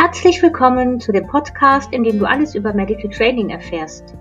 Herzlich willkommen zu dem Podcast, in dem du alles über Medical Training erfährst.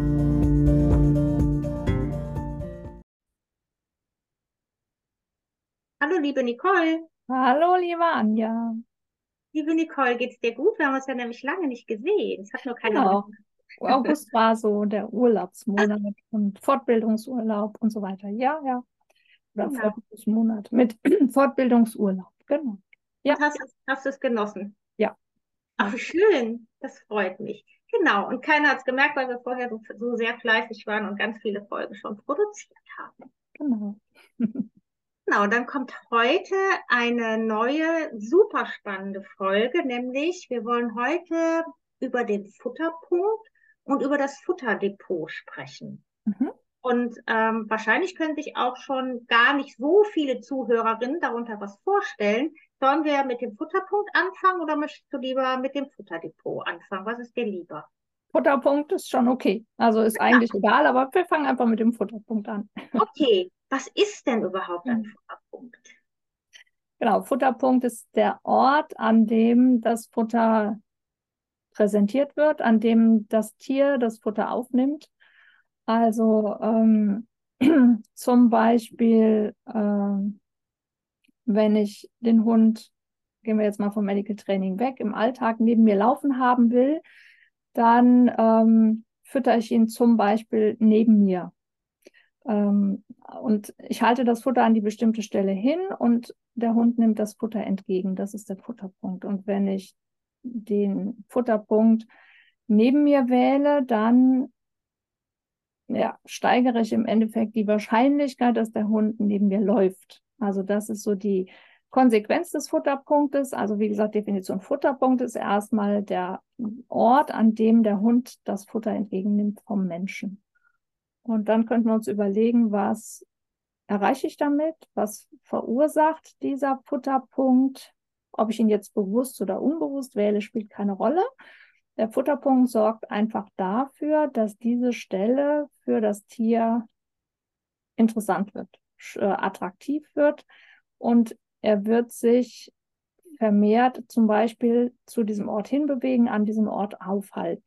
Hallo liebe Nicole. Hallo, liebe Anja. Liebe Nicole, geht's dir gut? Wir haben uns ja nämlich lange nicht gesehen. Es hat nur keiner Genau. gemerkt. August war so der Urlaubsmonat und Fortbildungsurlaub und so weiter. Ja, ja. Oder Genau. Fortbildungsmonat mit Fortbildungsurlaub. Genau. Ja, Und hast du es genossen? ja, Ach, ja, wie schön. Das freut mich. Genau. Und keiner hat es gemerkt, weil wir vorher so sehr fleißig waren und ganz viele Folgen schon produziert haben. genau. Genau, dann kommt heute eine neue, super spannende Folge, nämlich wir wollen heute über den Futterpunkt und über das Futterdepot sprechen. Mhm. Und wahrscheinlich können sich auch schon gar nicht so viele Zuhörerinnen darunter was vorstellen. Sollen wir mit dem Futterpunkt anfangen oder möchtest du lieber mit dem Futterdepot anfangen? Was ist dir lieber? Futterpunkt ist schon okay. Also ist eigentlich egal, aber wir fangen einfach mit dem Futterpunkt an. Okay, was ist denn überhaupt ein Mhm. Futterpunkt? Genau, Futterpunkt ist der Ort, an dem das Futter präsentiert wird, an dem das Tier das Futter aufnimmt. Also zum Beispiel, wenn ich den Hund, gehen wir jetzt mal vom Medical Training weg, im Alltag neben mir laufen haben will, dann fütter ich ihn zum Beispiel neben mir. Und ich halte das Futter an die bestimmte Stelle hin und der Hund nimmt das Futter entgegen. Das ist der Futterpunkt. Und wenn ich den Futterpunkt neben mir wähle, dann ja, steigere ich im Endeffekt die Wahrscheinlichkeit, dass der Hund neben mir läuft. Also das ist so die Konsequenz des Futterpunktes. Also wie gesagt, Definition Futterpunkt ist erstmal der Ort, an dem der Hund das Futter entgegennimmt vom Menschen. Und dann könnten wir uns überlegen, was erreiche ich damit? Was verursacht dieser Futterpunkt? Ob ich ihn jetzt bewusst oder unbewusst wähle, spielt keine Rolle. Der Futterpunkt sorgt einfach dafür, dass diese Stelle für das Tier interessant wird, attraktiv wird und er wird sich vermehrt zum Beispiel zu diesem Ort hinbewegen, an diesem Ort aufhalten.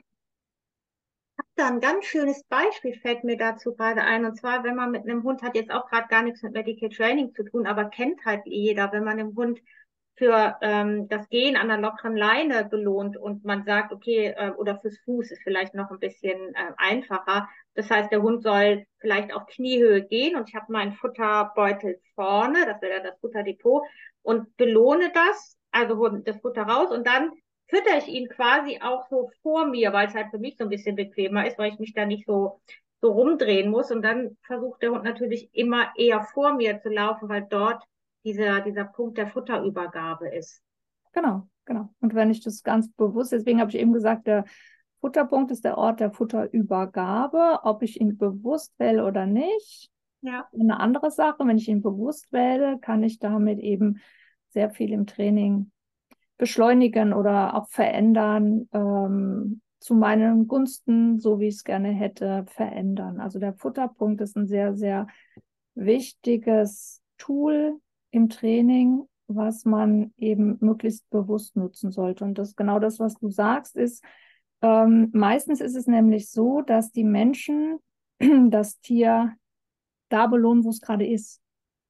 Da ein ganz schönes Beispiel fällt mir dazu gerade ein. Und zwar, wenn man mit einem Hund hat jetzt auch gerade gar nichts mit Medical Training zu tun, aber kennt halt jeder, wenn man dem Hund für das Gehen an der lockeren Leine belohnt und man sagt, okay, oder fürs Fuß ist vielleicht noch ein bisschen einfacher. Das heißt, der Hund soll vielleicht auf Kniehöhe gehen und ich habe meinen Futterbeutel vorne, das wäre dann das Futterdepot, und belohne das, also hole das Futter raus und dann fütter ich ihn quasi auch so vor mir, weil es halt für mich so ein bisschen bequemer ist, weil ich mich da nicht so rumdrehen muss. Und dann versucht der Hund natürlich immer eher vor mir zu laufen, weil dort dieser Punkt der Futterübergabe ist. Genau, genau. Und wenn ich das ganz bewusst, deswegen habe ich eben gesagt, der Futterpunkt ist der Ort der Futterübergabe. Ob ich ihn bewusst wähle oder nicht, Ja. eine andere Sache. Wenn ich ihn bewusst wähle, kann ich damit eben sehr viel im Training beschleunigen oder auch verändern, zu meinen Gunsten, so wie ich es gerne hätte, verändern. Also der Futterpunkt ist ein sehr, sehr wichtiges Tool im Training, was man eben möglichst bewusst nutzen sollte. Und das genau das, was du sagst, ist, meistens ist es nämlich so, dass die Menschen das Tier da belohnen, wo es gerade ist.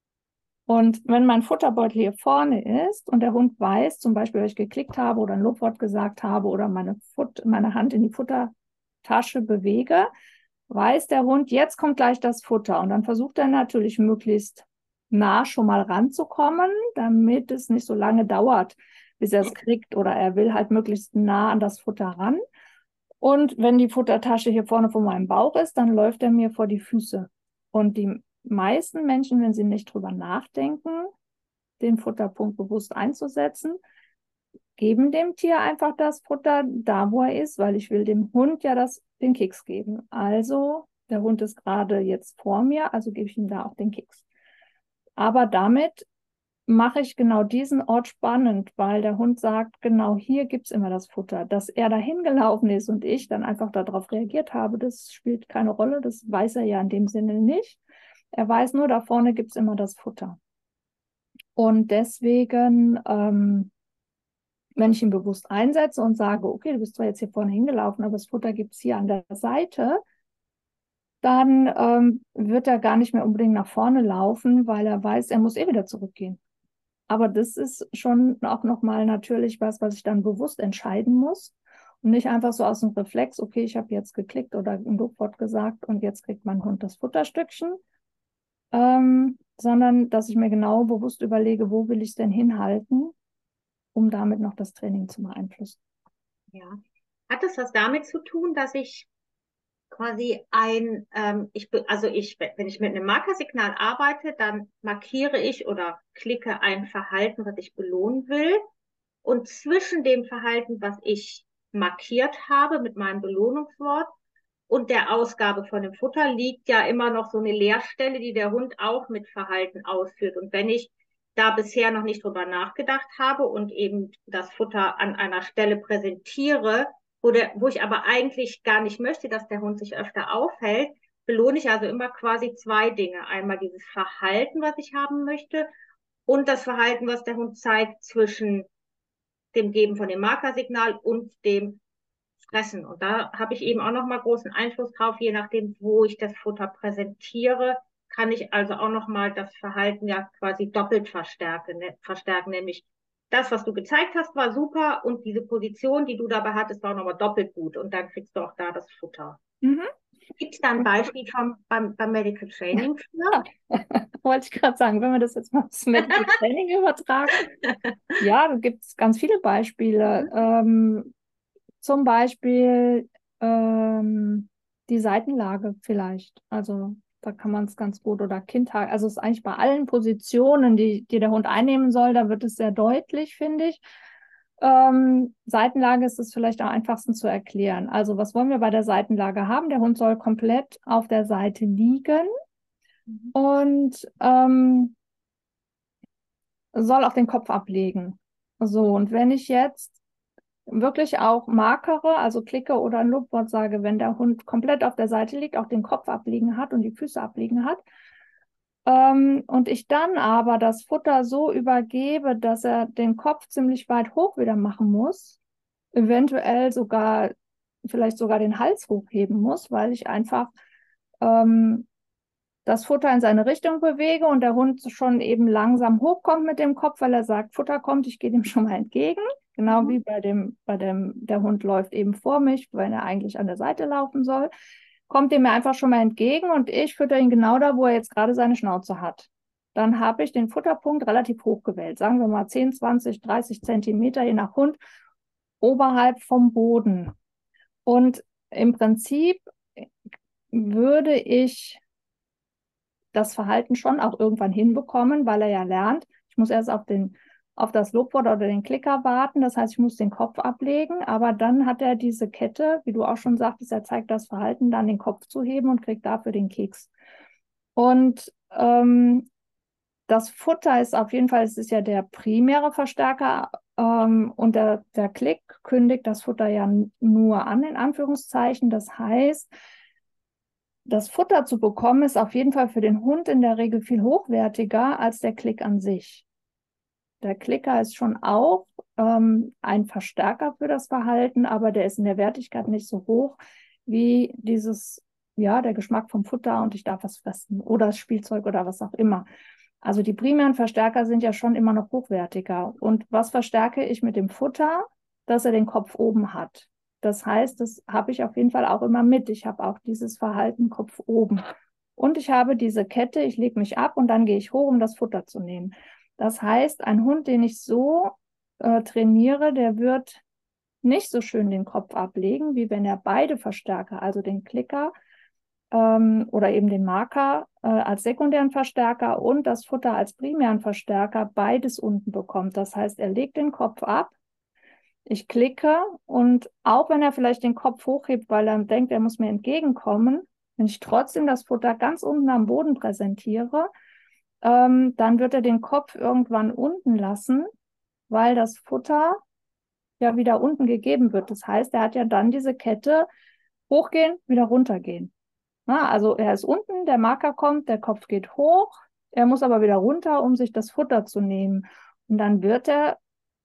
Und wenn mein Futterbeutel hier vorne ist und der Hund weiß, zum Beispiel, wenn ich geklickt habe oder ein Lobwort gesagt habe oder meine Hand in die Futtertasche bewege, weiß der Hund, jetzt kommt gleich das Futter. Und dann versucht er natürlich möglichst nah schon mal ranzukommen, damit es nicht so lange dauert, bis er es kriegt. Oder er will halt möglichst nah an das Futter ran. Und wenn die Futtertasche hier vorne vor meinem Bauch ist, dann läuft er mir vor die Füße. Und die meisten Menschen, wenn sie nicht drüber nachdenken, den Futterpunkt bewusst einzusetzen, geben dem Tier einfach das Futter da, wo er ist, weil ich will dem Hund ja den Keks geben. Also, der Hund ist gerade jetzt vor mir, also gebe ich ihm da auch den Keks. Aber damit mache ich genau diesen Ort spannend, weil der Hund sagt, genau hier gibt es immer das Futter. Dass er dahin gelaufen ist und ich dann einfach darauf reagiert habe, das spielt keine Rolle, das weiß er ja in dem Sinne nicht. Er weiß nur, da vorne gibt es immer das Futter. Und deswegen Wenn ich ihn bewusst einsetze und sage, okay, du bist zwar jetzt hier vorne hingelaufen, aber das Futter gibt es hier an der Seite, dann wird er gar nicht mehr unbedingt nach vorne laufen, weil er weiß, er muss eh wieder zurückgehen. Aber das ist schon auch nochmal natürlich was ich dann bewusst entscheiden muss und nicht einfach so aus dem Reflex, okay, ich habe jetzt geklickt oder ein Lobwort gesagt und jetzt kriegt mein Hund das Futterstückchen, sondern dass ich mir genau bewusst überlege, wo will ich es denn hinhalten, um damit noch das Training zu beeinflussen. Ja. Hat es was damit zu tun, dass ich quasi wenn ich mit einem Markersignal arbeite, dann markiere ich oder klicke ein Verhalten, was ich belohnen will. Und zwischen dem Verhalten, was ich markiert habe mit meinem Belohnungswort und der Ausgabe von dem Futter, liegt ja immer noch so eine Leerstelle, die der Hund auch mit Verhalten ausführt. Und wenn ich da bisher noch nicht drüber nachgedacht habe und eben das Futter an einer Stelle präsentiere, wo ich aber eigentlich gar nicht möchte, dass der Hund sich öfter aufhält, belohne ich also immer quasi zwei Dinge. Einmal dieses Verhalten, was ich haben möchte, und das Verhalten, was der Hund zeigt zwischen dem Geben von dem Markersignal und dem Fressen. Und da habe ich eben auch nochmal großen Einfluss drauf, je nachdem, wo ich das Futter präsentiere, kann ich also auch nochmal das Verhalten ja quasi doppelt verstärken, nämlich das, was du gezeigt hast, war super und diese Position, die du dabei hattest, war nochmal doppelt gut und dann kriegst du auch da das Futter. Mhm. Gibt es da ein Beispiel beim Medical Training für? Ja, wollte ich gerade sagen, wenn wir das jetzt mal aufs Medical Training übertragen, ja, da gibt es ganz viele Beispiele. Mhm. Zum Beispiel die Seitenlage vielleicht. Also da kann man es ganz gut oder Kindheit. Also es ist eigentlich bei allen Positionen, die der Hund einnehmen soll, da wird es sehr deutlich, finde ich. Seitenlage ist es vielleicht am einfachsten zu erklären. Also was wollen wir bei der Seitenlage haben? Der Hund soll komplett auf der Seite liegen Mhm. und soll auch den Kopf ablegen. So, und wenn ich jetzt wirklich auch markere, also klicke oder ein Lobwort sage, wenn der Hund komplett auf der Seite liegt, auch den Kopf abliegen hat und die Füße abliegen hat, und ich dann aber das Futter so übergebe, dass er den Kopf ziemlich weit hoch wieder machen muss, eventuell sogar, vielleicht sogar den Hals hochheben muss, weil ich einfach ähm, das Futter in seine Richtung bewege und der Hund schon eben langsam hochkommt mit dem Kopf, weil er sagt, Futter kommt, ich gehe dem schon mal entgegen. Genau Mhm. wie der Hund läuft eben vor mich, wenn er eigentlich an der Seite laufen soll, kommt dem mir einfach schon mal entgegen und ich fütter ihn genau da, wo er jetzt gerade seine Schnauze hat. Dann habe ich den Futterpunkt relativ hoch gewählt, sagen wir mal 10, 20, 30 Zentimeter, je nach Hund, oberhalb vom Boden. Und im Prinzip würde ich das Verhalten schon auch irgendwann hinbekommen, weil er ja lernt, ich muss erst auf das Lobwort oder den Klicker warten. Das heißt, ich muss den Kopf ablegen, aber dann hat er diese Kette, wie du auch schon sagtest, er zeigt das Verhalten, dann den Kopf zu heben und kriegt dafür den Keks. Und das Futter ist auf jeden Fall, es ist ja der primäre Verstärker, und der Klick kündigt das Futter ja nur an, in Anführungszeichen. Das heißt, das Futter zu bekommen, ist auf jeden Fall für den Hund in der Regel viel hochwertiger als der Klick an sich. Der Klicker ist schon auch ein Verstärker für das Verhalten, aber der ist in der Wertigkeit nicht so hoch wie der Geschmack vom Futter und ich darf was fressen oder das Spielzeug oder was auch immer. Also die primären Verstärker sind ja schon immer noch hochwertiger. Und was verstärke ich mit dem Futter? Dass er den Kopf oben hat. Das heißt, das habe ich auf jeden Fall auch immer mit. Ich habe auch dieses Verhalten Kopf oben. Und ich habe diese Kette, ich lege mich ab und dann gehe ich hoch, um das Futter zu nehmen. Das heißt, ein Hund, den ich so trainiere, der wird nicht so schön den Kopf ablegen, wie wenn er beide Verstärker, also den Klicker oder eben den Marker als sekundären Verstärker und das Futter als primären Verstärker beides unten bekommt. Das heißt, er legt den Kopf ab, ich klicke und auch wenn er vielleicht den Kopf hochhebt, weil er denkt, er muss mir entgegenkommen, wenn ich trotzdem das Futter ganz unten am Boden präsentiere, dann wird er den Kopf irgendwann unten lassen, weil das Futter ja wieder unten gegeben wird. Das heißt, er hat ja dann diese Kette hochgehen, wieder runtergehen. Na, also er ist unten, der Marker kommt, der Kopf geht hoch, er muss aber wieder runter, um sich das Futter zu nehmen. Und dann wird er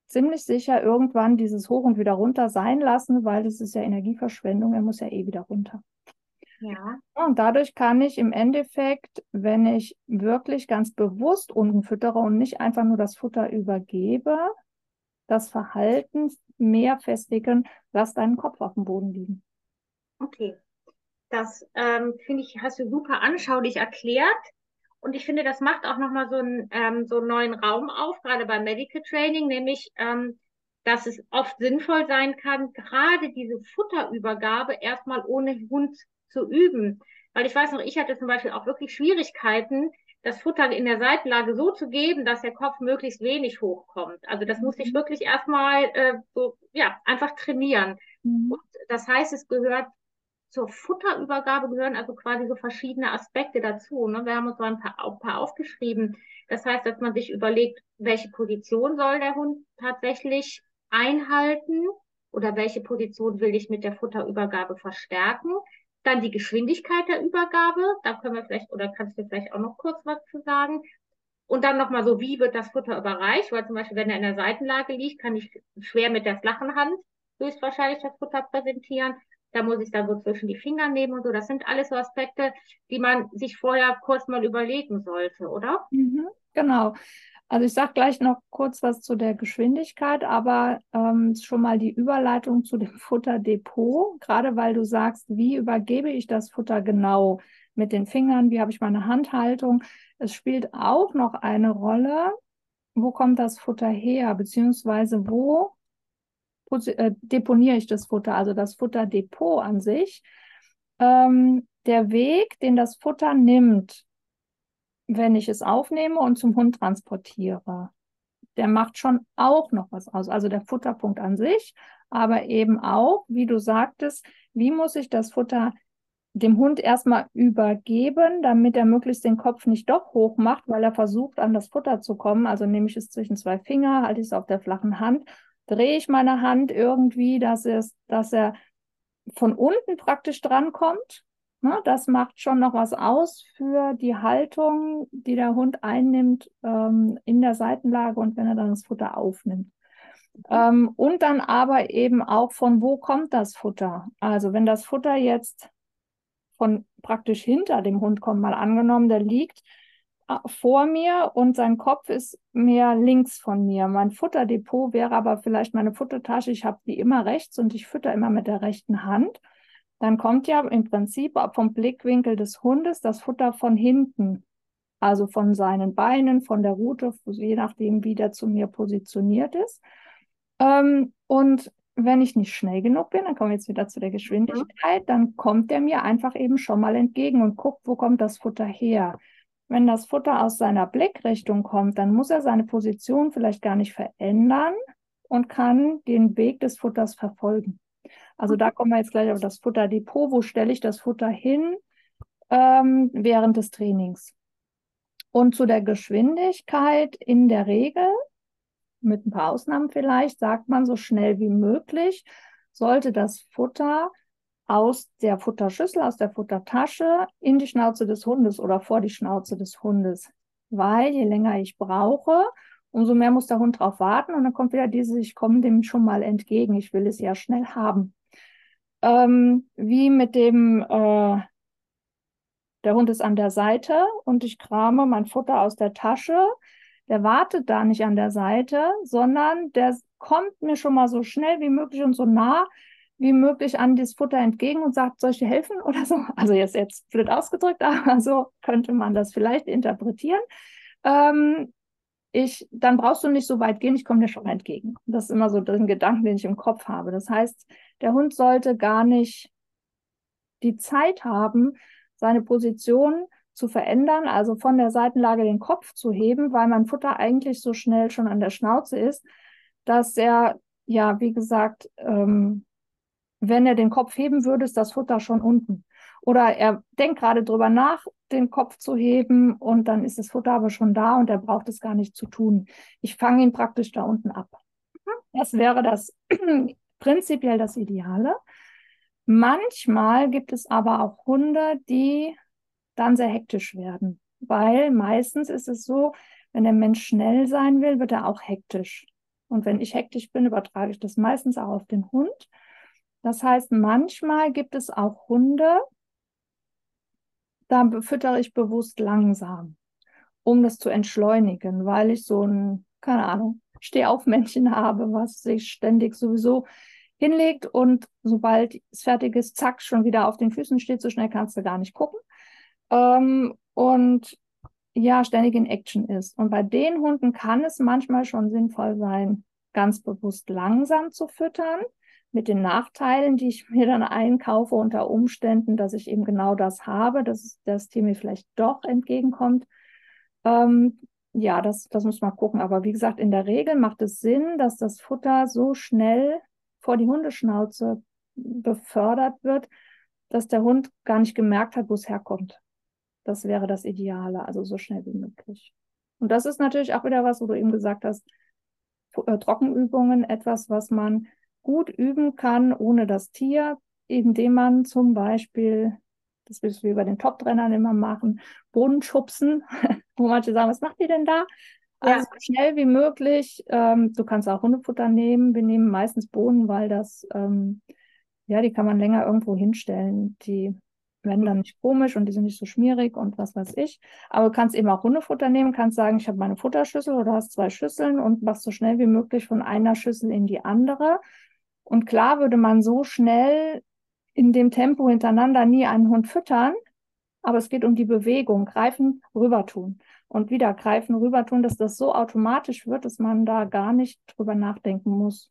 ziemlich sicher irgendwann dieses Hoch und wieder runter sein lassen, weil das ist ja Energieverschwendung, er muss ja eh wieder runter. Ja, Und dadurch kann ich im Endeffekt, wenn ich wirklich ganz bewusst unten füttere und nicht einfach nur das Futter übergebe, das Verhalten mehr festigen, lass deinen Kopf auf dem Boden liegen. okay. Das finde ich, hast du super anschaulich erklärt. Und ich finde, das macht auch nochmal so einen neuen Raum auf, gerade beim Medical Training, nämlich, dass es oft sinnvoll sein kann, gerade diese Futterübergabe erstmal ohne Hund zu üben. Weil ich weiß noch, ich hatte zum Beispiel auch wirklich Schwierigkeiten, das Futter in der Seitenlage so zu geben, dass der Kopf möglichst wenig hochkommt. Also das musste ich Mhm. wirklich erstmal so, ja, einfach trainieren. Mhm. Und das heißt, es gehört zur Futterübergabe gehören also quasi so verschiedene Aspekte dazu. Ne? Wir haben uns so ein paar aufgeschrieben. Das heißt, dass man sich überlegt, welche Position soll der Hund tatsächlich einhalten oder welche Position will ich mit der Futterübergabe verstärken. Dann die Geschwindigkeit der Übergabe. Da können wir vielleicht, oder kannst du vielleicht auch noch kurz was zu sagen. Und dann nochmal so, wie wird das Futter überreicht? Weil zum Beispiel, wenn er in der Seitenlage liegt, kann ich schwer mit der flachen Hand höchstwahrscheinlich das Futter präsentieren. Da muss ich dann so zwischen die Finger nehmen und so. Das sind alles so Aspekte, die man sich vorher kurz mal überlegen sollte, oder? Mhm. Genau. Also ich sage gleich noch kurz was zu der Geschwindigkeit, aber schon mal die Überleitung zu dem Futterdepot, gerade weil du sagst, wie übergebe ich das Futter genau mit den Fingern, wie habe ich meine Handhaltung. Es spielt auch noch eine Rolle, wo kommt das Futter her, beziehungsweise wo deponiere ich das Futter, also das Futterdepot an sich. Der Weg, den das Futter nimmt, wenn ich es aufnehme und zum Hund transportiere, der macht schon auch noch was aus. Also der Futterpunkt an sich, aber eben auch, wie du sagtest, wie muss ich das Futter dem Hund erstmal übergeben, damit er möglichst den Kopf nicht doch hoch macht, weil er versucht, an das Futter zu kommen. Also nehme ich es zwischen zwei Finger, halte ich es auf der flachen Hand, drehe ich meine Hand irgendwie, dass er von unten praktisch drankommt. Ne, das macht schon noch was aus für die Haltung, die der Hund einnimmt in der Seitenlage und wenn er dann das Futter aufnimmt. Und dann aber eben auch von wo kommt das Futter? Also wenn das Futter jetzt von praktisch hinter dem Hund kommt, mal angenommen, der liegt vor mir und sein Kopf ist mehr links von mir. Mein Futterdepot wäre aber vielleicht meine Futtertasche. Ich habe die immer rechts und ich fütter immer mit der rechten Hand. Dann kommt ja im Prinzip vom Blickwinkel des Hundes das Futter von hinten, also von seinen Beinen, von der Rute, je nachdem, wie der zu mir positioniert ist. Und wenn ich nicht schnell genug bin, dann kommen wir jetzt wieder zu der Mhm. Geschwindigkeit, dann kommt der mir einfach eben schon mal entgegen und guckt, wo kommt das Futter her. Wenn das Futter aus seiner Blickrichtung kommt, dann muss er seine Position vielleicht gar nicht verändern und kann den Weg des Futters verfolgen. Also da kommen wir jetzt gleich auf das Futterdepot. Wo stelle ich das Futter hin während des Trainings? Und zu der Geschwindigkeit in der Regel, mit ein paar Ausnahmen vielleicht, sagt man so schnell wie möglich, sollte das Futter aus der Futterschüssel, aus der Futtertasche in die Schnauze des Hundes oder vor die Schnauze des Hundes. Weil je länger ich brauche, umso mehr muss der Hund drauf warten und dann kommt wieder dieses, ich komme dem schon mal entgegen, ich will es ja schnell haben. Wie mit dem, der Hund ist an der Seite und ich krame mein Futter aus der Tasche. Der wartet da nicht an der Seite, sondern der kommt mir schon mal so schnell wie möglich und so nah wie möglich an das Futter entgegen und sagt, soll ich dir helfen oder so? Also jetzt blöd ausgedrückt, aber so könnte man das vielleicht interpretieren. Dann brauchst du nicht so weit gehen, ich komme dir schon entgegen. Das ist immer so den Gedanken, den ich im Kopf habe. Das heißt, der Hund sollte gar nicht die Zeit haben, seine Position zu verändern, also von der Seitenlage den Kopf zu heben, weil mein Futter eigentlich so schnell schon an der Schnauze ist, dass er, ja, wie gesagt, wenn er den Kopf heben würde, ist das Futter schon unten. Oder er denkt gerade drüber nach, den Kopf zu heben und dann ist das Futter aber schon da und er braucht es gar nicht zu tun. Ich fange ihn praktisch da unten ab. Das wäre das prinzipiell das Ideale. Manchmal gibt es aber auch Hunde, die dann sehr hektisch werden, weil meistens ist es so, wenn der Mensch schnell sein will, wird er auch hektisch. Und wenn ich hektisch bin, übertrage ich das meistens auch auf den Hund. Das heißt, manchmal gibt es auch Hunde, da füttere ich bewusst langsam, um das zu entschleunigen, weil ich so ein, keine Ahnung, Stehaufmännchen habe, was sich ständig sowieso hinlegt und sobald es fertig ist, zack, schon wieder auf den Füßen steht. So schnell kannst du gar nicht gucken. Und ja, ständig in Action ist. Und bei den Hunden kann es manchmal schon sinnvoll sein, ganz bewusst langsam zu füttern, mit den Nachteilen, die ich mir dann einkaufe unter Umständen, dass ich eben genau das habe, dass das Tier mir vielleicht doch entgegenkommt. Ähm, ja, das muss man gucken. Aber wie gesagt, in der Regel macht es Sinn, dass das Futter so schnell vor die Hundeschnauze befördert wird, dass der Hund gar nicht gemerkt hat, wo es herkommt. Das wäre das Ideale, also so schnell wie möglich. Und das ist natürlich auch wieder was, wo du eben gesagt hast, Trockenübungen, etwas, was man gut üben kann, ohne das Tier, indem man zum Beispiel, das willst du wie bei den Top-Trennern immer machen, Boden schubsen, wo manche sagen, was macht ihr denn da? Also Ja, so schnell wie möglich. Du kannst auch Hundefutter nehmen. Wir nehmen meistens Bohnen, weil das, ja, die kann man länger irgendwo hinstellen. Die werden dann nicht komisch und die sind nicht so schmierig und was weiß ich. Aber du kannst eben auch Hundefutter nehmen, kannst sagen, ich habe meine Futterschüssel oder hast zwei Schüsseln und machst so schnell wie möglich von einer Schüssel in die andere. Und klar würde man so schnell in dem Tempo hintereinander nie einen Hund füttern, aber es geht um die Bewegung, greifen, rüber tun und wieder greifen, rüber tun, dass das so automatisch wird, dass man da gar nicht drüber nachdenken muss.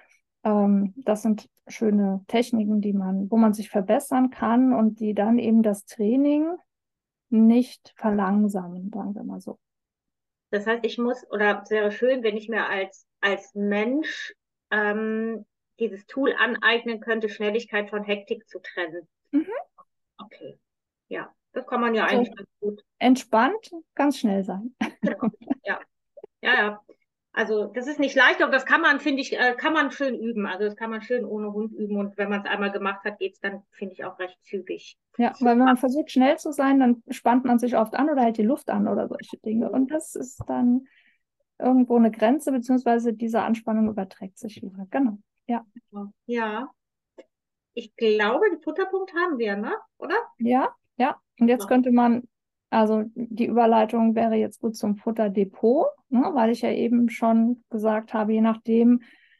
Das sind schöne Techniken, wo man sich verbessern kann und die dann eben das Training nicht verlangsamen, sagen wir mal so. das heißt, ich muss, oder es wäre schön, wenn ich mir als Mensch dieses Tool aneignen könnte, Schnelligkeit von Hektik zu trennen. Mhm. Okay, ja, das kann man ja Also eigentlich ganz gut. entspannt, ganz schnell sein. Genau. Ja, ja, ja. Also das ist nicht leicht, aber das kann man, finde ich, kann man schön üben. Also das kann man schön ohne Hund üben und wenn man es einmal gemacht hat, geht es dann, finde ich, auch recht zügig. Ja, weil wenn man versucht, schnell zu sein, dann spannt man sich oft an oder hält die Luft an oder solche Dinge. Und das ist dann irgendwo eine Grenze, beziehungsweise diese Anspannung überträgt sich wieder. Genau. Ja. Ja, ich glaube, den Futterpunkt haben wir, ne? Oder? Ja, ja. Und jetzt könnte man, also die Überleitung wäre jetzt gut zum Futterdepot, ne, weil ich ja eben schon gesagt habe, je nachdem,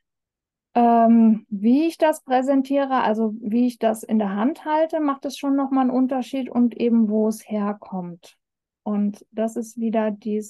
wie ich das präsentiere, also wie ich das in der Hand halte, macht es schon nochmal einen Unterschied und eben wo es herkommt. Und das ist wieder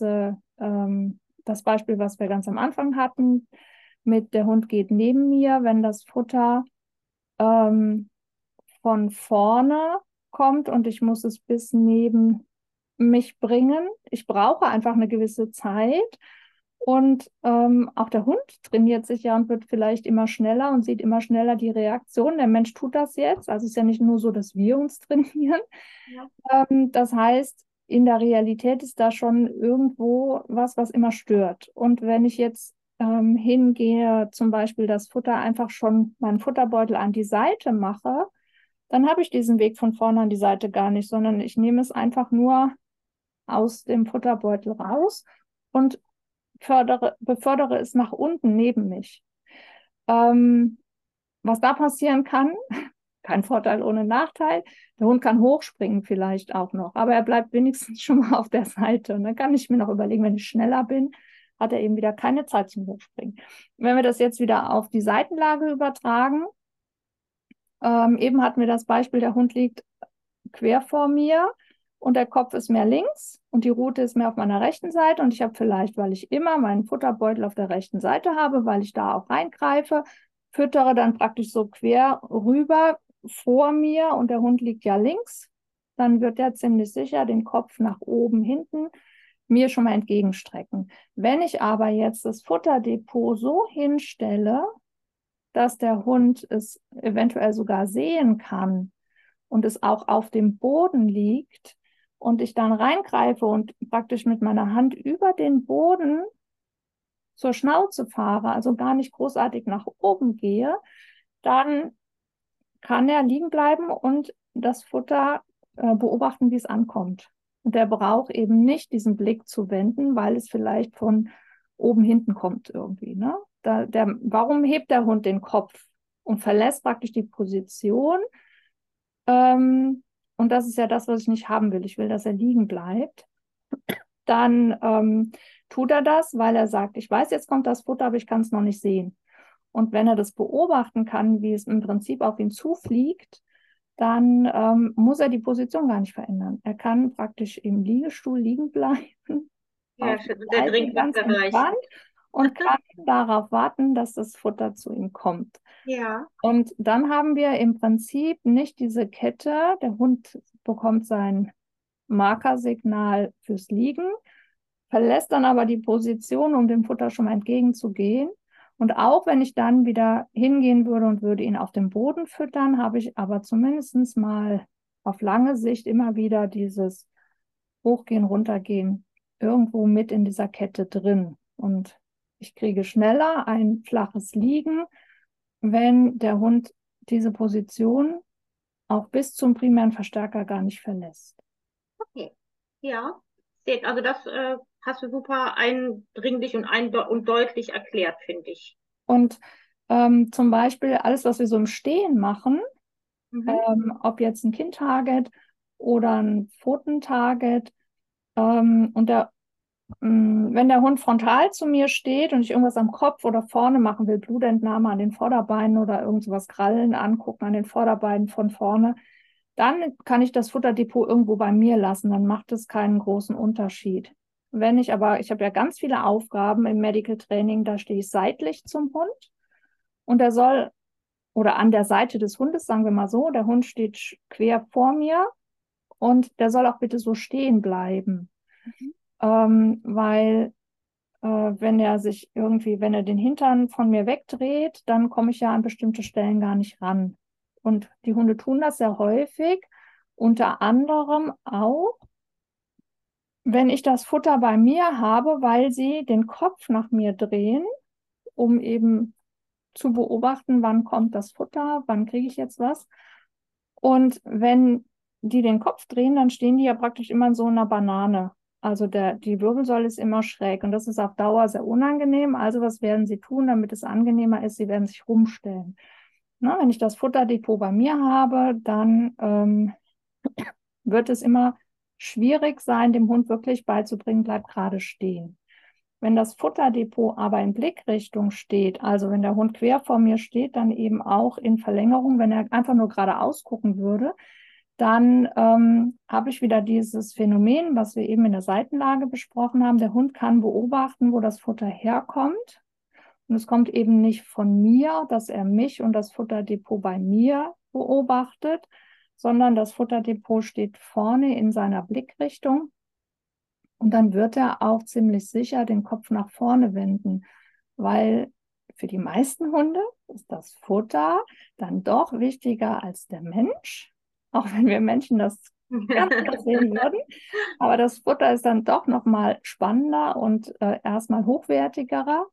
das Beispiel, was wir ganz am Anfang hatten, mit der Hund geht neben mir, wenn das Futter ähm, von vorne kommt und ich muss es bis neben mich bringen. Ich brauche einfach eine gewisse Zeit. Und auch der Hund trainiert sich ja und wird vielleicht immer schneller und sieht immer schneller die Reaktion. Der Mensch tut das jetzt. Also es ist ja nicht nur so, dass wir uns trainieren. Ja. Das heißt, in der Realität ist da schon irgendwo was immer stört. Und wenn ich jetzt hingehe, zum Beispiel das Futter einfach schon meinen Futterbeutel an die Seite mache, dann habe ich diesen Weg von vorne an die Seite gar nicht, sondern ich nehme es einfach nur aus dem Futterbeutel raus und befördere es nach unten neben mich. Ähm, Was da passieren kann, kein Vorteil ohne Nachteil. Der Hund kann hochspringen vielleicht auch noch, aber er bleibt wenigstens schon mal auf der Seite. Und dann kann ich mir noch überlegen, wenn ich schneller bin, hat er eben wieder keine Zeit zum Hochspringen. Wenn wir das jetzt wieder auf die Seitenlage übertragen, eben hatten wir das Beispiel, der Hund liegt quer vor mir und der Kopf ist mehr links und die Rute ist mehr auf meiner rechten Seite und ich habe vielleicht, weil ich immer meinen Futterbeutel auf der rechten Seite habe, weil ich da auch reingreife, füttere dann praktisch so quer rüber vor mir und der Hund liegt ja links, dann wird der ziemlich sicher den Kopf nach oben hinten mir schon mal entgegenstrecken. Wenn ich aber jetzt das Futterdepot so hinstelle, dass der Hund es eventuell sogar sehen kann und es auch auf dem Boden liegt und ich dann reingreife und praktisch mit meiner Hand über den Boden zur Schnauze fahre, also gar nicht großartig nach oben gehe, dann kann er liegen bleiben und das Futter beobachten, wie es ankommt. Und der braucht eben nicht diesen Blick zu wenden, weil es vielleicht von oben hinten kommt irgendwie. Ne? Warum hebt der Hund den Kopf und verlässt praktisch die Position? Und das ist ja das, was ich nicht haben will. Ich will, dass er liegen bleibt. Dann tut er das, weil er sagt, ich weiß, jetzt kommt das Futter, aber ich kann es noch nicht sehen. Und wenn er das beobachten kann, wie es im Prinzip auf ihn zufliegt, dann muss er die Position gar nicht verändern. Er kann praktisch im Liegestuhl liegen bleiben, Ja, auf schön. die Und der Seite ganz Trinkwasserbereich. entspannt und kann darauf warten, dass das Futter zu ihm kommt. Ja, Und dann haben wir im Prinzip nicht diese Kette. Der Hund bekommt sein Markersignal fürs Liegen, verlässt dann aber die Position, um dem Futter schon mal entgegenzugehen. Und auch wenn ich dann wieder hingehen würde und würde ihn auf dem Boden füttern, habe ich aber zumindest mal auf lange Sicht immer wieder dieses Hochgehen, Runtergehen irgendwo mit in dieser Kette drin. Und ich kriege schneller ein flaches Liegen, wenn der Hund diese Position auch bis zum primären Verstärker gar nicht verlässt. okay. Ja, seht, also das hast du super eindringlich und deutlich erklärt, finde ich. Und zum Beispiel alles, was wir so im Stehen machen, Mhm. ob jetzt ein Kind-Target oder ein Pfoten-Target, und wenn der Hund frontal zu mir steht und ich irgendwas am Kopf oder vorne machen will, Blutentnahme an den Vorderbeinen oder irgend sowas Krallen angucken an den Vorderbeinen von vorne, dann kann ich das Futterdepot irgendwo bei mir lassen. Dann macht es keinen großen Unterschied. Wenn ich aber, ich habe ja ganz viele Aufgaben im Medical Training, da stehe ich seitlich zum Hund und er soll, oder an der Seite des Hundes, sagen wir mal so, der Hund steht quer vor mir und der soll auch bitte so stehen bleiben. Weil wenn er sich irgendwie, wenn er den Hintern von mir wegdreht, dann komme ich ja an bestimmte Stellen gar nicht ran. Und die Hunde tun das sehr häufig, unter anderem auch, wenn ich das Futter bei mir habe, weil sie den Kopf nach mir drehen, um eben zu beobachten, wann kommt das Futter, wann kriege ich jetzt was. Und wenn die den Kopf drehen, dann stehen die ja praktisch immer in so einer Banane. Also die Wirbelsäule ist immer schräg und das ist auf Dauer sehr unangenehm. Also was werden sie tun, damit es angenehmer ist? Sie werden sich rumstellen. Na, wenn ich das Futterdepot bei mir habe, dann wird es immer schwierig sein, dem Hund wirklich beizubringen, bleib gerade stehen. Wenn das Futterdepot aber in Blickrichtung steht, also wenn der Hund quer vor mir steht, dann eben auch in Verlängerung, wenn er einfach nur geradeaus gucken würde, dann habe ich wieder dieses Phänomen, was wir eben in der Seitenlage besprochen haben. Der Hund kann beobachten, wo das Futter herkommt. Und es kommt eben nicht von mir, dass er mich und das Futterdepot bei mir beobachtet, sondern das Futterdepot steht vorne in seiner Blickrichtung. Und dann wird er auch ziemlich sicher den Kopf nach vorne wenden, weil für die meisten Hunde ist das Futter dann doch wichtiger als der Mensch, auch wenn wir Menschen das ganz anders sehen würden. Aber das Futter ist dann doch noch mal spannender und erstmal hochwertigerer,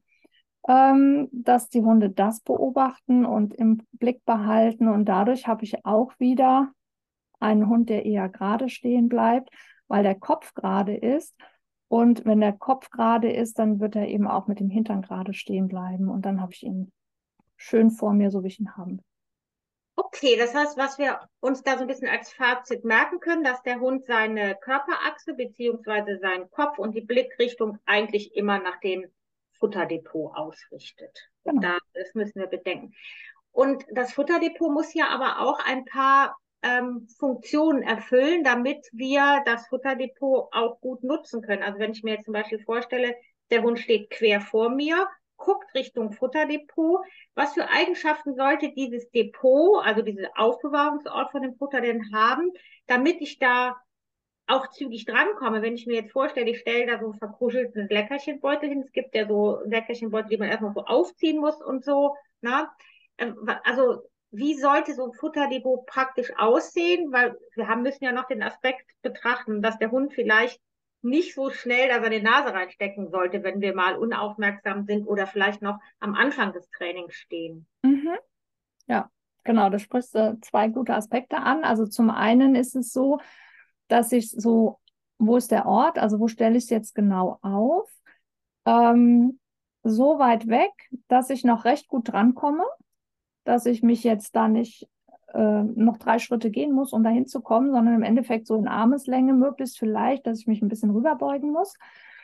dass die Hunde das beobachten und im Blick behalten. Und dadurch habe ich auch wieder einen Hund, der eher gerade stehen bleibt, weil der Kopf gerade ist. Und wenn der Kopf gerade ist, dann wird er eben auch mit dem Hintern gerade stehen bleiben. Und dann habe ich ihn schön vor mir, so wie ich ihn habe. Okay, das heißt, was wir uns da so ein bisschen als Fazit merken können, dass der Hund seine Körperachse beziehungsweise seinen Kopf und die Blickrichtung eigentlich immer nach dem Futterdepot ausrichtet. Genau. Das müssen wir bedenken. Und das Futterdepot muss ja aber auch ein paar Funktionen erfüllen, damit wir das Futterdepot auch gut nutzen können. Also wenn ich mir jetzt zum Beispiel vorstelle, der Hund steht quer vor mir, guckt Richtung Futterdepot. Was für Eigenschaften sollte dieses Depot, also dieser Aufbewahrungsort von dem Futter denn haben, damit ich da auch zügig drankomme? Wenn ich mir jetzt vorstelle, ich stelle da so einen verkuschelten Leckerchenbeutel hin. Es gibt ja so Leckerchenbeutel, die man erstmal so aufziehen muss und so. Na? Also wie sollte so ein Futterdepot praktisch aussehen? Weil müssen ja noch den Aspekt betrachten, dass der Hund vielleicht nicht so schnell da seine Nase reinstecken sollte, wenn wir mal unaufmerksam sind oder vielleicht noch am Anfang des Trainings stehen. Mhm. Ja, genau. Da sprichst du zwei gute Aspekte an. Also zum einen ist es so, dass ich so, wo ist der Ort? Also wo stelle ich es jetzt genau auf? so weit weg, dass ich noch recht gut drankomme, dass ich mich jetzt da nicht noch 3 Schritte gehen muss, um dahin zu kommen, sondern im Endeffekt so in Armeslänge möglichst vielleicht, dass ich mich ein bisschen rüberbeugen muss.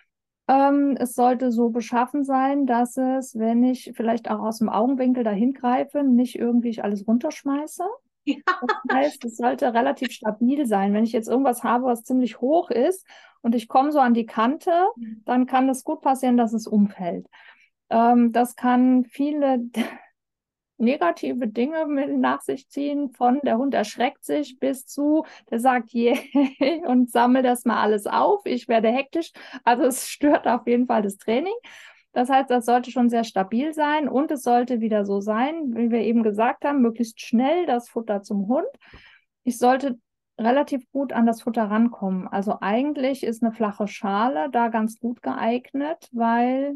Es sollte so beschaffen sein, dass es, wenn ich vielleicht auch aus dem Augenwinkel dahin greife, nicht irgendwie ich alles runterschmeiße. Das heißt, es sollte relativ stabil sein. Wenn ich jetzt irgendwas habe, was ziemlich hoch ist und ich komme so an die Kante, dann kann es gut passieren, dass es umfällt. Das kann viele negative Dinge mit nach sich ziehen, von der Hund erschreckt sich bis zu, der sagt yeah und sammelt das mal alles auf. Ich werde hektisch. Also es stört auf jeden Fall das Training. Das heißt, das sollte schon sehr stabil sein und es sollte wieder so sein, wie wir eben gesagt haben, möglichst schnell das Futter zum Hund. Ich sollte relativ gut an das Futter rankommen. Also eigentlich ist eine flache Schale da ganz gut geeignet, weil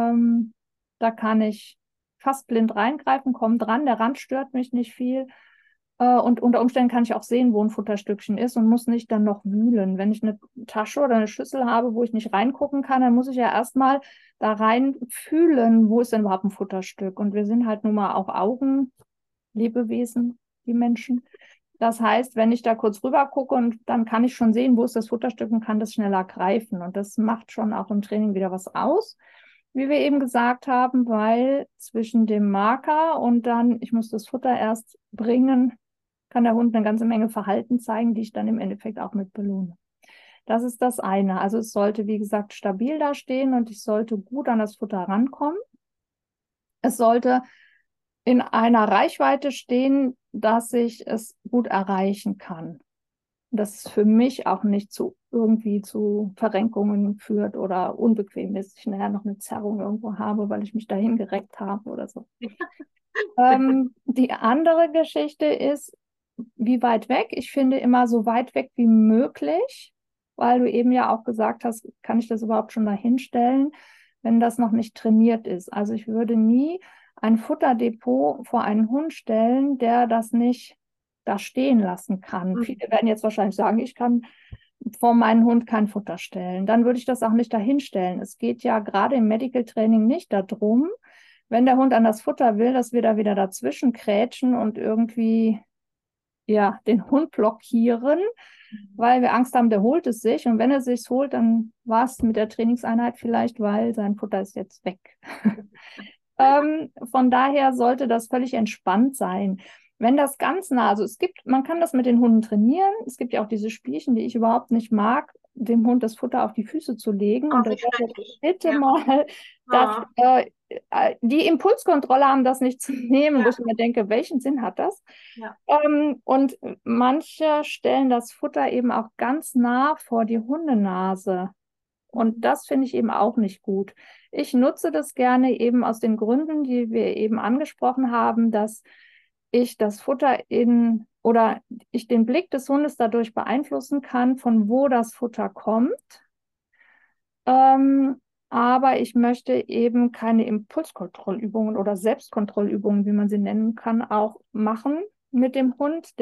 da kann ich fast blind reingreifen, komme dran, der Rand stört mich nicht viel. Und unter Umständen kann ich auch sehen, wo ein Futterstückchen ist und muss nicht dann noch wühlen. Wenn ich eine Tasche oder eine Schüssel habe, wo ich nicht reingucken kann, dann muss ich ja erstmal da rein fühlen, wo ist denn überhaupt ein Futterstück. Und wir sind halt nun mal auch Augenlebewesen, die Menschen. Das heißt, wenn ich da kurz rüber gucke und dann kann ich schon sehen, wo ist das Futterstück und kann das schneller greifen. Und das macht schon auch im Training wieder was aus, wie wir eben gesagt haben, weil zwischen dem Marker und dann, ich muss das Futter erst bringen, kann der Hund eine ganze Menge Verhalten zeigen, die ich dann im Endeffekt auch mit belohne. Das ist das eine. Also es sollte, wie gesagt, stabil da stehen und ich sollte gut an das Futter rankommen. Es sollte in einer Reichweite stehen, dass ich es gut erreichen kann. Dass es für mich auch nicht irgendwie zu Verrenkungen führt oder unbequem ist, ich nachher noch eine Zerrung irgendwo habe, weil ich mich dahin gereckt habe oder so. Die andere Geschichte ist, wie weit weg? Ich finde immer so weit weg wie möglich, weil du eben ja auch gesagt hast, kann ich das überhaupt schon dahin stellen, wenn das noch nicht trainiert ist. Also ich würde nie ein Futterdepot vor einen Hund stellen, der das nicht da stehen lassen kann. Viele werden jetzt wahrscheinlich sagen, ich kann vor meinen Hund kein Futter stellen. Dann würde ich das auch nicht dahin stellen. Es geht ja gerade im Medical Training nicht darum, wenn der Hund an das Futter will, dass wir da wieder dazwischen krätschen und irgendwie ja, den Hund blockieren, weil wir Angst haben, der holt es sich. Und wenn er sich holt, dann war es mit der Trainingseinheit vielleicht, weil sein Futter ist jetzt weg. Von daher sollte das völlig entspannt sein. Wenn das ganz nah, also man kann das mit den Hunden trainieren. Es gibt ja auch diese Spielchen, die ich überhaupt nicht mag, dem Hund das Futter auf die Füße zu legen. Und Oh, da wie wäre schrecklich. bitte Ja. mal, dass Oh, die Impulskontrolle haben, das nicht zu nehmen, wo ja, ich mir denke, welchen Sinn hat das? ja. Und manche stellen das Futter eben auch ganz nah vor die Hundenase. Und das finde ich eben auch nicht gut. Ich nutze das gerne eben aus den Gründen, die wir eben angesprochen haben, dass ich das Futter oder ich den Blick des Hundes dadurch beeinflussen kann, von wo das Futter kommt. Ähm, aber ich möchte eben keine Impulskontrollübungen oder Selbstkontrollübungen, wie man sie nennen kann, auch machen mit dem Hund.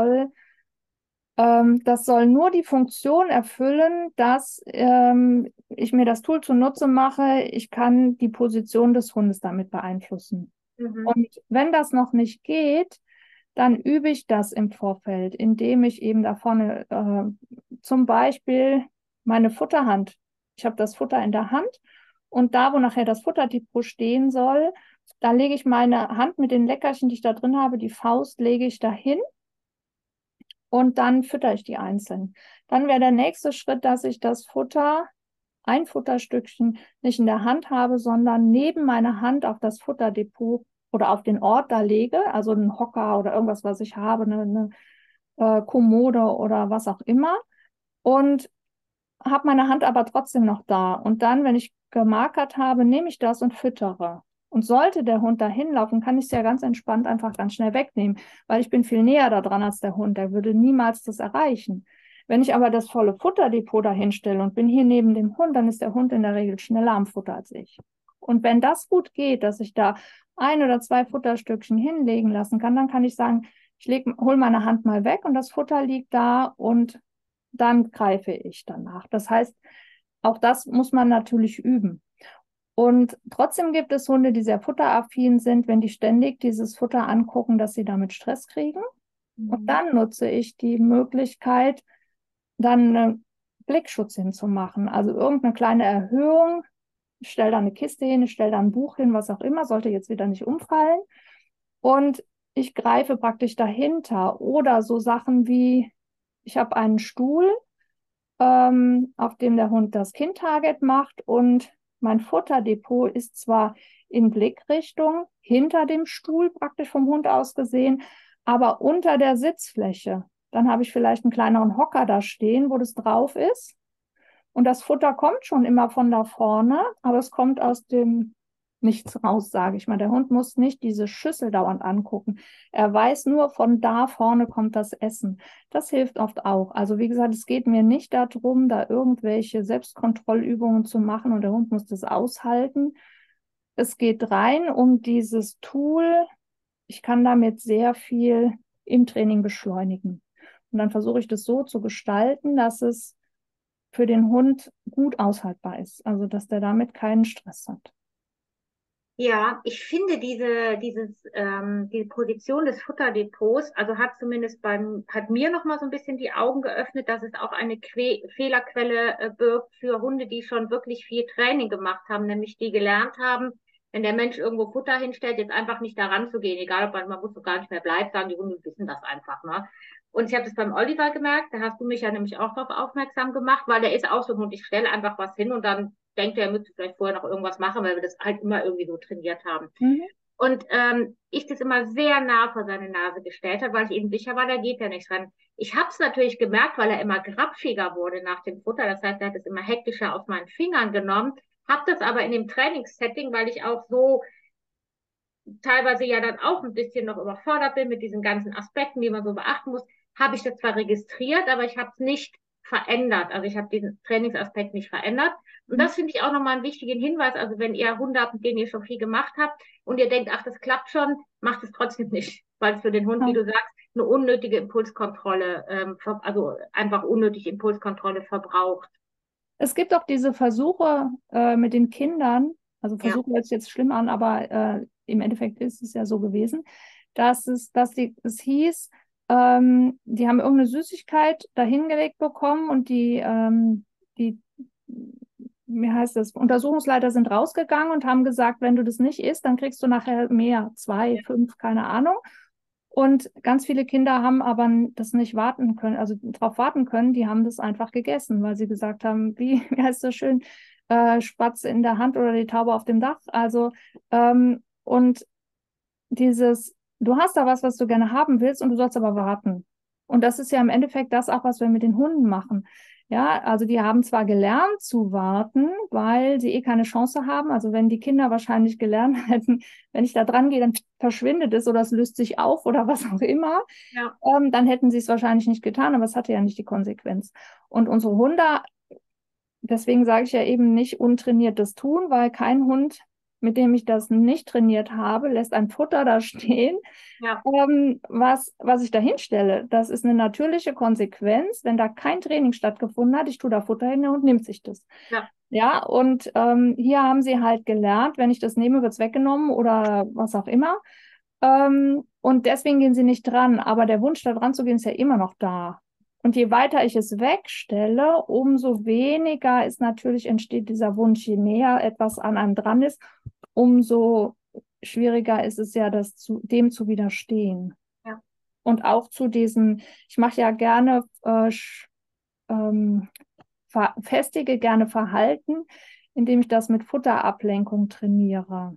Das soll nur die Funktion erfüllen, dass ich mir das Tool zunutze mache. Ich kann die Position des Hundes damit beeinflussen. Mhm. Und wenn das noch nicht geht, dann übe ich das im Vorfeld, indem ich eben da vorne zum Beispiel meine Futterhand, ich habe das Futter in der Hand und da, wo nachher das Futterdepot stehen soll, da lege ich meine Hand mit den Leckerchen, die ich da drin habe, die Faust lege ich dahin und dann fütter ich die einzeln. Dann wäre der nächste Schritt, dass ich das Futter, ein Futterstückchen, nicht in der Hand habe, sondern neben meiner Hand auf das Futterdepot oder auf den Ort da lege, also einen Hocker oder irgendwas, was ich habe, eine Kommode oder was auch immer. Und habe meine Hand aber trotzdem noch da. Und dann, wenn ich gemarkert habe, nehme ich das und füttere. Und sollte der Hund da hinlaufen, kann ich es ja ganz entspannt einfach ganz schnell wegnehmen, weil ich bin viel näher da dran als der Hund. Der würde niemals das erreichen. Wenn ich aber das volle Futterdepot da hinstelle und bin hier neben dem Hund, dann ist der Hund in der Regel schneller am Futter als ich. Und wenn das gut geht, dass ich da 1 oder 2 Futterstückchen hinlegen lassen kann, dann kann ich sagen, hole meine Hand mal weg und das Futter liegt da und dann greife ich danach. Das heißt, auch das muss man natürlich üben. Und trotzdem gibt es Hunde, die sehr futteraffin sind, wenn die ständig dieses Futter angucken, dass sie damit Stress kriegen. Und Mhm. dann nutze ich die Möglichkeit, dann einen Blickschutz hinzumachen. Also irgendeine kleine Erhöhung. Ich stelle da eine Kiste hin, ich stelle da ein Buch hin, was auch immer, sollte jetzt wieder nicht umfallen. Und ich greife praktisch dahinter. Oder so Sachen wie, ich habe einen Stuhl, auf dem der Hund das Kinntarget macht und mein Futterdepot ist zwar in Blickrichtung hinter dem Stuhl praktisch vom Hund aus gesehen, aber unter der Sitzfläche. Dann habe ich vielleicht einen kleineren Hocker da stehen, wo das drauf ist. Und das Futter kommt schon immer von da vorne, aber es kommt aus dem Nichts raus, sage ich mal. Der Hund muss nicht diese Schüssel dauernd angucken. Er weiß nur, von da vorne kommt das Essen. Das hilft oft auch. Also wie gesagt, es geht mir nicht darum, da irgendwelche Selbstkontrollübungen zu machen und der Hund muss das aushalten. Es geht rein um dieses Tool. Ich kann damit sehr viel im Training beschleunigen. Und dann versuche ich das so zu gestalten, dass es für den Hund gut aushaltbar ist. Also, dass der damit keinen Stress hat. Ja, ich finde diese Position des Futterdepots, also hat mir noch mal so ein bisschen die Augen geöffnet, dass es auch eine Fehlerquelle birgt für Hunde, die schon wirklich viel Training gemacht haben, nämlich die gelernt haben, wenn der Mensch irgendwo Futter hinstellt, jetzt einfach nicht daran zu gehen, egal ob man muss so gar nicht mehr bleibt, sagen die Hunde wissen das einfach, ne? Und ich habe das beim Oliver gemerkt, da hast du mich ja nämlich auch darauf aufmerksam gemacht, weil der ist auch so ein Hund, ich stelle einfach was hin und dann denkt er, er müsste vielleicht vorher noch irgendwas machen, weil wir das halt immer irgendwie so trainiert haben. Mhm. Und ich das immer sehr nah vor seine Nase gestellt habe, weil ich eben sicher war, da geht ja nichts ran. Ich habe es natürlich gemerkt, weil er immer grapschiger wurde nach dem Futter. Das heißt, er hat es immer hektischer aus meinen Fingern genommen. Habe das aber in dem Trainingssetting, weil ich auch so teilweise ja dann auch ein bisschen noch überfordert bin mit diesen ganzen Aspekten, die man so beachten muss, habe ich das zwar registriert, aber ich habe es nicht verändert. Also ich habe diesen Trainingsaspekt nicht verändert. Und das finde ich auch nochmal einen wichtigen Hinweis. Also wenn ihr Hunde habt, mit denen ihr schon viel gemacht habt und ihr denkt, ach, das klappt schon, macht es trotzdem nicht. Weil es für den Hund, wie Ja. du sagst, eine unnötige Impulskontrolle, also einfach unnötig Impulskontrolle verbraucht. Es gibt auch diese Versuche mit den Kindern, also Ja, Versuche hört sich jetzt schlimm an, aber im Endeffekt ist es ja so gewesen, es hieß, die haben irgendeine Süßigkeit dahingelegt bekommen und die, wie heißt das, Untersuchungsleiter sind rausgegangen und haben gesagt, wenn du das nicht isst, dann kriegst du nachher mehr, zwei, fünf, keine Ahnung. Und ganz viele Kinder haben aber das nicht warten können, also darauf warten können, die haben das einfach gegessen, weil sie gesagt haben, wie heißt das schön, Spatz in der Hand oder die Taube auf dem Dach. Also, und du hast da was, was du gerne haben willst und du sollst aber warten. Und das ist ja im Endeffekt das auch, was wir mit den Hunden machen. Ja, also die haben zwar gelernt zu warten, weil sie eh keine Chance haben. Also wenn die Kinder wahrscheinlich gelernt hätten, wenn ich da dran gehe, dann verschwindet es oder es löst sich auf oder was auch immer, ja, dann hätten sie es wahrscheinlich nicht getan, aber es hatte ja nicht die Konsequenz. Und unsere Hunde, deswegen sage ich ja eben nicht untrainiertes Tun, weil kein Hund, mit dem ich das nicht trainiert habe, lässt ein Futter da stehen, ja, was ich da hinstelle. Das ist eine natürliche Konsequenz, wenn da kein Training stattgefunden hat. Ich tue da Futter hin und nimmt sich das. ja. Ja, und hier haben sie halt gelernt, wenn ich das nehme, wird es weggenommen oder was auch immer. Und deswegen gehen sie nicht dran. Aber der Wunsch, da dran zu gehen, ist ja immer noch da. Und je weiter ich es wegstelle, umso weniger ist natürlich, entsteht dieser Wunsch, je näher etwas an einem dran ist, umso schwieriger ist es ja, dem zu widerstehen. Ja. Und auch zu diesem, ich mache ja gerne, ähm, festige gerne Verhalten, indem ich das mit Futterablenkung trainiere.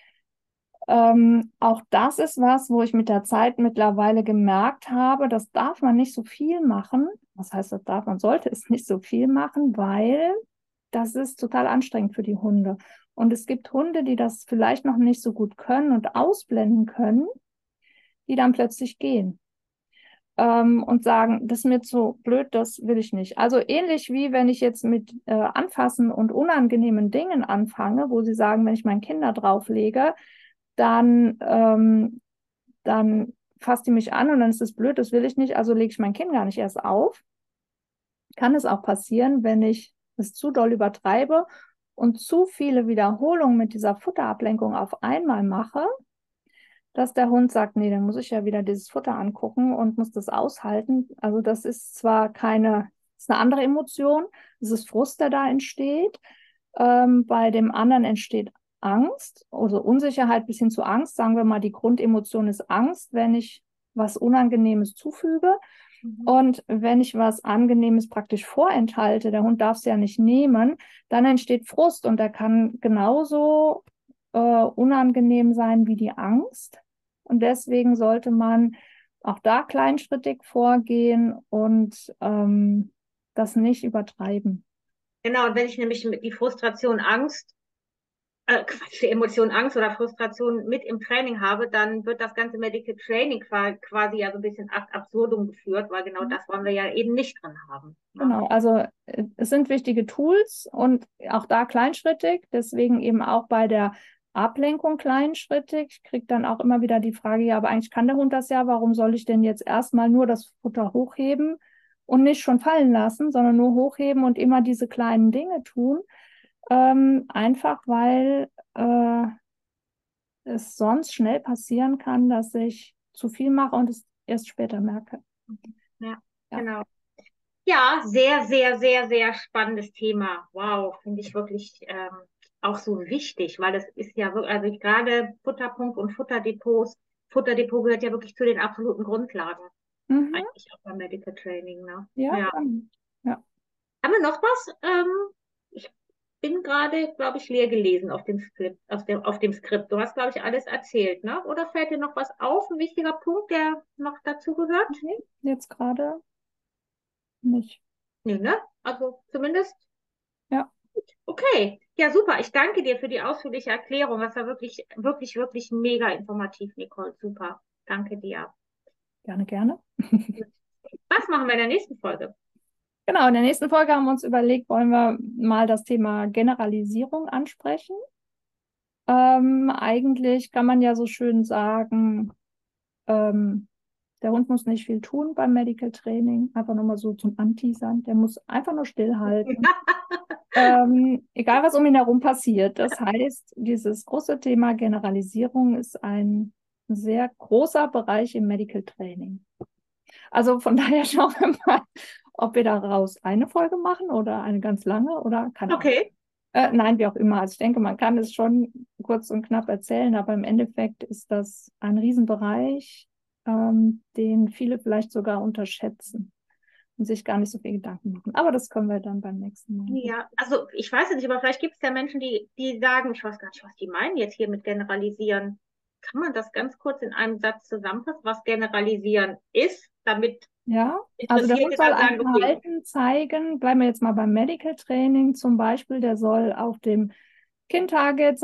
Auch das ist was, wo ich mit der Zeit mittlerweile gemerkt habe, das darf man nicht so viel machen. Was heißt, das darf man, sollte es nicht so viel machen, weil das ist total anstrengend für die Hunde. Und es gibt Hunde, die das vielleicht noch nicht so gut können und ausblenden können, die dann plötzlich gehen und sagen, das ist mir zu blöd, das will ich nicht. Also ähnlich wie wenn ich jetzt mit Anfassen und unangenehmen Dingen anfange, wo sie sagen, wenn ich mein Kinder drauflege, dann, dann fasst die mich an und dann ist es blöd, das will ich nicht, also lege ich mein Kind gar nicht erst auf. Kann es auch passieren, wenn ich es zu doll übertreibe und zu viele Wiederholungen mit dieser Futterablenkung auf einmal mache, dass der Hund sagt, nee, dann muss ich ja wieder dieses Futter angucken und muss das aushalten. Also das ist zwar ist eine andere Emotion, es ist Frust, der da entsteht. Bei dem anderen entsteht Angst, also Unsicherheit bis hin zu Angst. Sagen wir mal, die Grundemotion ist Angst, wenn ich was Unangenehmes zufüge. Und wenn ich was Angenehmes praktisch vorenthalte, der Hund darf es ja nicht nehmen, dann entsteht Frust und der kann genauso unangenehm sein wie die Angst. Und deswegen sollte man auch da kleinschrittig vorgehen und das nicht übertreiben. Genau, und wenn ich nämlich die Frustration, Angst, Quatsch, die Emotion Angst oder Frustration mit im Training habe, dann wird das ganze Medical Training quasi ja so ein bisschen ad absurdum geführt, weil genau das wollen wir ja eben nicht drin haben. Ne? Genau, also es sind wichtige Tools und auch da kleinschrittig, deswegen eben auch bei der Ablenkung kleinschrittig. Ich kriege dann auch immer wieder die Frage, ja, aber eigentlich kann der Hund das ja, warum soll ich denn jetzt erstmal nur das Futter hochheben und nicht schon fallen lassen, sondern nur hochheben und immer diese kleinen Dinge tun? Einfach weil es sonst schnell passieren kann, dass ich zu viel mache und es erst später merke. Ja, Ja. genau. Ja, sehr, sehr, sehr, sehr spannendes Thema. Wow, finde ich wirklich auch so wichtig, weil es ist ja wirklich, also gerade Futterpunkt und Futterdepots, Futterdepot gehört ja wirklich zu den absoluten Grundlagen, Mhm. eigentlich auch beim Medical Training, ne? Ja, Ja. dann. Ja. Haben wir noch was? Ich bin gerade, glaube ich, leer gelesen auf dem Skript, auf dem Skript. Du hast, glaube ich, alles erzählt, ne? Oder fällt dir noch was auf? Ein wichtiger Punkt, der noch dazu gehört? Nee, jetzt gerade nicht. Nee, ne? Also zumindest. Ja, Okay. Ja, super. Ich danke dir für die ausführliche Erklärung. Das war wirklich, wirklich, wirklich mega informativ, Nicole. Super. Danke dir. gerne, gerne. Was machen wir in der nächsten Folge? Genau, in der nächsten Folge haben wir uns überlegt, wollen wir mal das Thema Generalisierung ansprechen. Eigentlich kann man ja so schön sagen, ähm, der Hund muss nicht viel tun beim Medical Training, einfach nur mal so zum Anteasern. Der muss einfach nur stillhalten. Egal, was um ihn herum passiert. Das heißt, dieses große Thema Generalisierung ist ein sehr großer Bereich im Medical Training. Also von daher schauen wir mal, ob wir daraus eine Folge machen oder eine ganz lange oder keine Ahnung. Okay. Nein, wie auch immer. Also ich denke, man kann es schon kurz und knapp erzählen, aber im Endeffekt ist das ein Riesenbereich, den viele vielleicht sogar unterschätzen und sich gar nicht so viel Gedanken machen. Aber das können wir dann beim nächsten Mal. Ja, also ich weiß es nicht, aber vielleicht gibt es ja Menschen, die sagen, ich weiß gar nicht, was die meinen jetzt hier mit generalisieren. Kann man das ganz kurz in einem Satz zusammenfassen, was generalisieren ist, damit Ja, also der Hund Interessierte soll dann ein sagen, okay, Verhalten zeigen. Bleiben wir jetzt mal beim Medical Training zum Beispiel. Der soll auf dem Kind-Target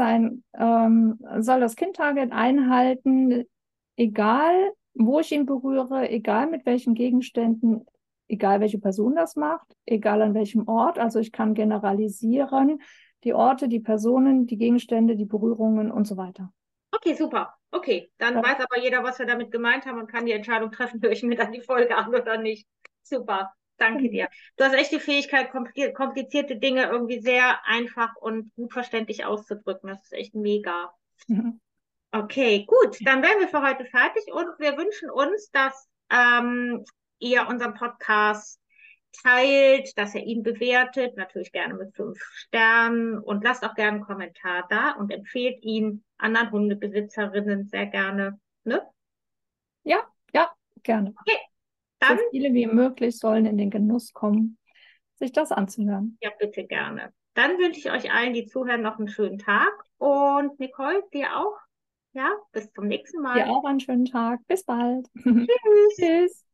soll das Kind-Target einhalten, egal wo ich ihn berühre, egal mit welchen Gegenständen, egal welche Person das macht, egal an welchem Ort. Also ich kann generalisieren die Orte, die Personen, die Gegenstände, die Berührungen und so weiter. okay, super. Okay, dann Das, weiß aber jeder, was wir damit gemeint haben und kann die Entscheidung treffen, höre ich mir dann die Folge an oder nicht. Super, danke dir. Du hast echt die Fähigkeit, komplizierte Dinge irgendwie sehr einfach und gut verständlich auszudrücken. Das ist echt mega. mhm. Okay, gut, dann wären wir für heute fertig und wir wünschen uns, dass ihr unseren Podcast teilt, dass ihr ihn bewertet, natürlich gerne mit 5 Sternen und lasst auch gerne einen Kommentar da und empfehlt ihn anderen Hundebesitzerinnen sehr gerne. Ne? Ja, ja, gerne. Okay, So dann viele wie möglich sollen in den Genuss kommen, sich das anzuhören. ja bitte gerne. Dann wünsche ich euch allen, die zuhören, noch einen schönen Tag und Nicole, dir auch. Ja, bis zum nächsten Dir Mal. auch einen schönen Tag. Bis bald. Tschüss. Tschüss.